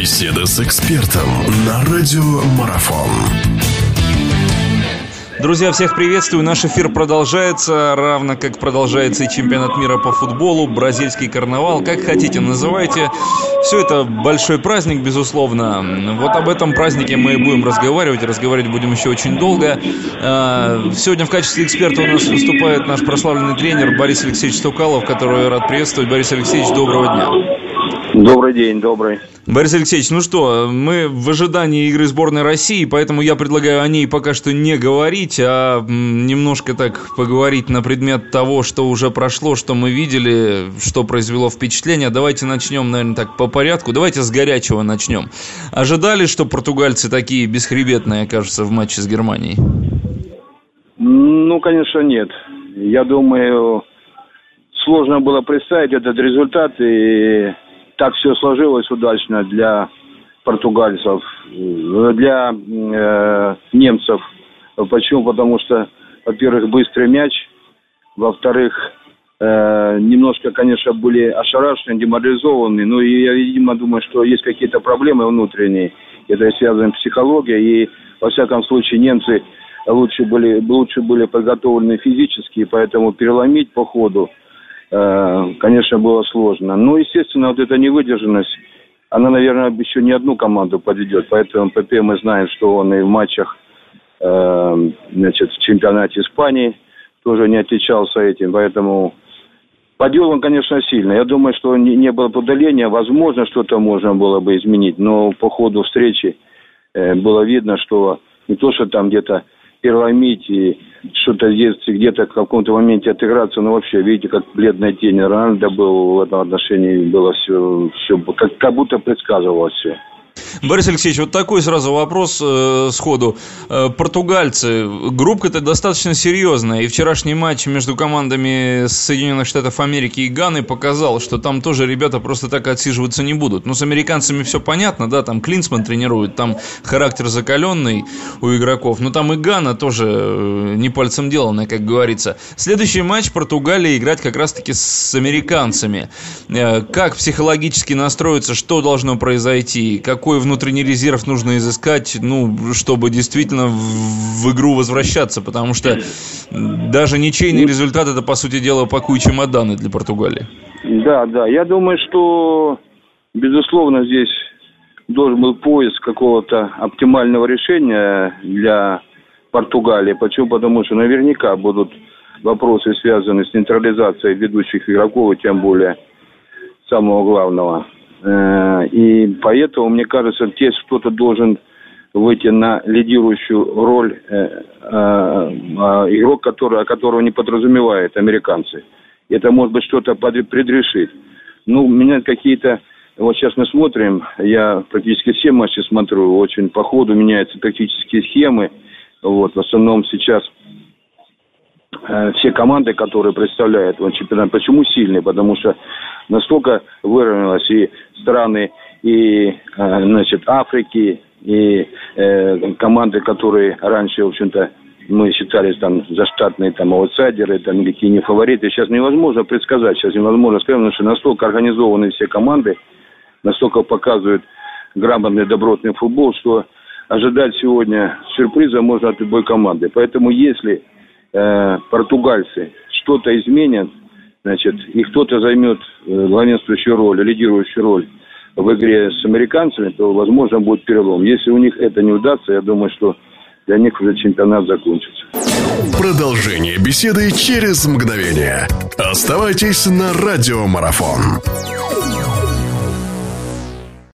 Беседа с экспертом на радио Марафон. Друзья, всех приветствую. Наш эфир продолжается, равно как продолжается и чемпионат мира по футболу, бразильский карнавал, как хотите называйте. Все это большой праздник, безусловно. Вот об этом празднике мы и будем разговаривать будем еще очень долго. Сегодня в качестве эксперта у нас выступает наш прославленный тренер Борис Алексеевич Стукалов, которого я рад приветствовать. Борис Алексеевич, доброго дня. Добрый день, добрый. Борис Алексеевич, ну что, мы в ожидании игры сборной России, поэтому я предлагаю о ней пока что не говорить, а немножко так поговорить на предмет того, что уже прошло, что мы видели, что произвело впечатление. Давайте начнем, наверное, так по порядку. Давайте с горячего начнем. Ожидали, что португальцы такие бесхребетные окажутся в матче с Германией? Ну, конечно, нет. Я думаю, сложно было представить этот результат, и так все сложилось удачно для португальцев, для немцев. Почему? Потому что, во-первых, быстрый мяч, во-вторых, немножко, конечно, были ошарашены, деморализованы. Ну, и я, видимо, думаю, что есть какие-то проблемы внутренние. Это связано с психологией. И, во всяком случае, немцы лучше были подготовлены физически, поэтому переломить по ходу, конечно, было сложно. Ну, естественно, вот эта невыдержанность, она, наверное, еще не одну команду подведет. Поэтому МПП мы знаем, что он и в матчах, значит, в чемпионате Испании тоже не отличался этим. Поэтому подвел он, конечно, сильно. Я думаю, что не было удаления. Возможно, что-то можно было бы изменить. Но по ходу встречи было видно, что не то, что там где-то переломить и что-то где-то в каком-то моменте отыграться, но вообще, видите, как бледная тень Рональдо был в этом отношении, было все как будто предсказывалось все. Борис Алексеевич, вот такой сразу вопрос сходу. Португальцы, группа-то достаточно серьезная, и вчерашний матч между командами Соединенных Штатов Америки и Ганы показал, что там тоже ребята просто так отсиживаться не будут. Ну, с американцами все понятно, да, там Клинсман тренирует, там характер закаленный у игроков, но там и Гана тоже не пальцем деланная, как говорится. Следующий матч Португалии играть как раз-таки с американцами. Как психологически настроиться, что должно произойти, какой внутренний резерв нужно изыскать, ну, чтобы действительно в игру возвращаться, потому что даже ничейный результат — это, по сути дела, пакуй чемоданы для Португалии. Да, я думаю, что, безусловно, здесь должен был поиск какого-то оптимального решения для Португалии. Почему? Потому что наверняка будут вопросы, связанные с нейтрализацией ведущих игроков, и тем более самого главного. И поэтому, мне кажется, здесь кто-то должен выйти на лидирующую роль игрок, которого не подразумевают американцы. Это может быть что-то предрешить. Ну, менять какие-то... Вот сейчас мы смотрим, я практически все матчи смотрю, очень по ходу меняются тактические схемы. Вот, в основном сейчас все команды, которые представляют чемпионат, почему сильные? Потому что настолько выровнялось и страны, и, значит, Африки, и команды, которые раньше, в общем-то, мы считались там заштатные там аутсайдеры, там какие не фавориты. Сейчас невозможно предсказать, сейчас невозможно сказать, потому что настолько организованы все команды, настолько показывают грамотный, добротный футбол, что ожидать сегодня сюрприза можно от любой команды. Поэтому если португальцы что-то изменят, значит, и кто-то займет главенствующую роль, лидирующую роль в игре с американцами, то, возможно, будет перелом. Если у них это не удастся, я думаю, что для них уже чемпионат закончится. Продолжение беседы через мгновение. Оставайтесь на радио Марафон.